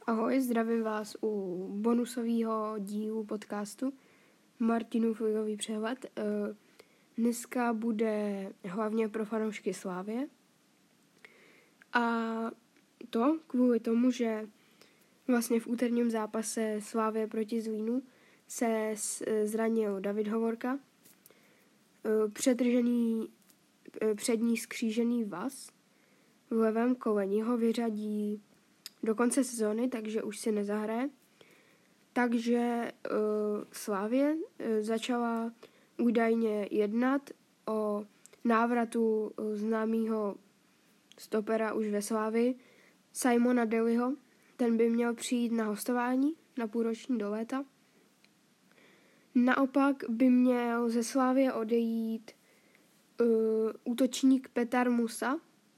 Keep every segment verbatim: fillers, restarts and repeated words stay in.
Ahoj, zdravím vás u bonusového dílu podcastu Martinův ligový přehled. Dneska bude hlavně pro fanoušky Slavie. A to kvůli tomu, že vlastně v úterním zápase Slavie proti Zlínu se zranil David Hovorka. Přetržený přední skřížený vaz v levém koleni ho vyřadí do konce sezóny, takže už si nezahraje. Takže uh, Slavie uh, začala údajně jednat o návratu uh, známého stopera už ve Slavii, Simona Dalyho. Ten by měl přijít na hostování na půlroční do léta. Naopak by měl ze Slavie odejít uh, útočník Petar Musa, uh,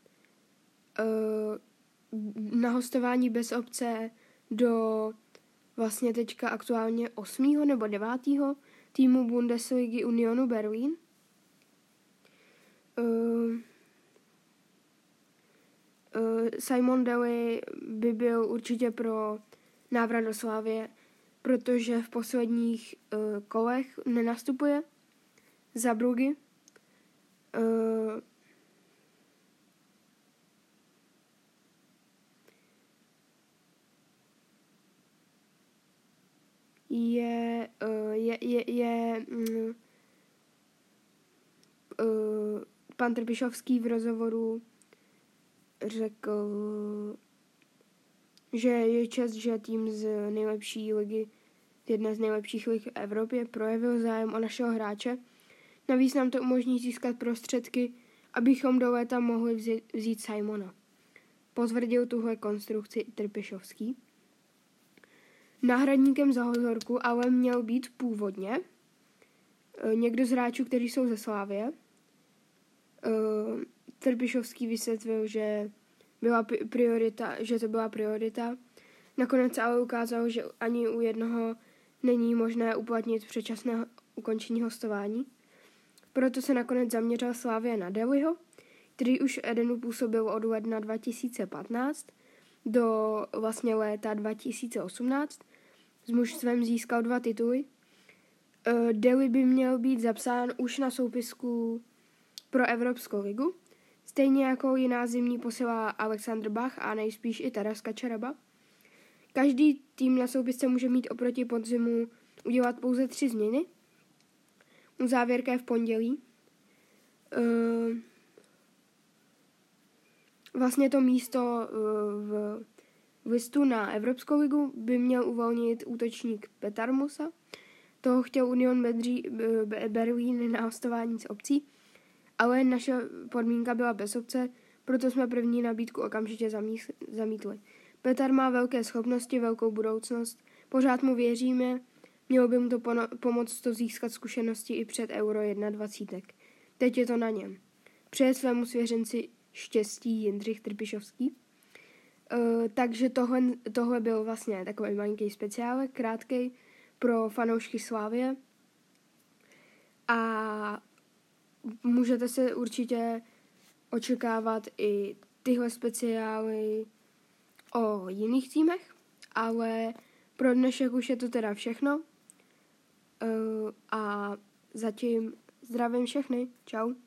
na hostování bez opce do vlastně teďka aktuálně osmého nebo devátého týmu Bundesligy Unionu Berlin. Uh, uh, Simon Daly by byl určitě pro návrat do Slavie, protože v posledních uh, kolech nenastupuje za Bruggy. Uh, je, je, je, je uh, uh, pan Trpišovský v rozhovoru řekl, že je čest, že tým z nejlepší ligy, jedné z nejlepších lig v Evropě, projevil zájem o našeho hráče. Navíc nám to umožní získat prostředky, abychom do léta mohli vzít, vzít Simona. Potvrdil tuhle konstrukci Trpišovský. Náhradníkem za Hovorku ale měl být původně někdo z hráčů, kteří jsou ze Slavie. Trpišovský vysvětlil, že, byla priorita, že to byla priorita. Nakonec se ale ukázalo, že ani u jednoho není možné uplatnit předčasné ukončení hostování. Proto se nakonec zaměřil Slavie na Dalyho, který už Edenu působil od ledna dva tisíce patnáct do vlastně léta dva tisíce osmnáct. S mužstvem získal dva tituly. Uh, Daly by měl být zapsán už na soupisku pro Evropskou ligu, stejně jako jiná zimní posila Alexander Bach a nejspíš i Taras Kačaraba. Každý tým na soupisce může mít oproti podzimu udělat pouze tři změny. Závěrka je v pondělí. Uh, vlastně to místo uh, v listu na Evropskou ligu by měl uvolnit útočník Petar Musa. Toho chtěl Union Berlin na hostování s opcí, ale naše podmínka byla bez opce, proto jsme první nabídku okamžitě zamítli. Petar má velké schopnosti, velkou budoucnost, pořád mu věříme, mělo by mu to pomoct to získat zkušenosti i před Euro dvacet jedna. Teď je to na něm. Přeje svému svěřenci štěstí Jindřich Trpišovský. Uh, takže tohle, tohle byl vlastně takový malinký speciálek, krátkej pro fanoušky Slavie. A můžete se určitě očekávat i tyhle speciály o jiných týmech, ale pro dnešek už je to teda všechno. Uh, a zatím zdravím všechny. Čau.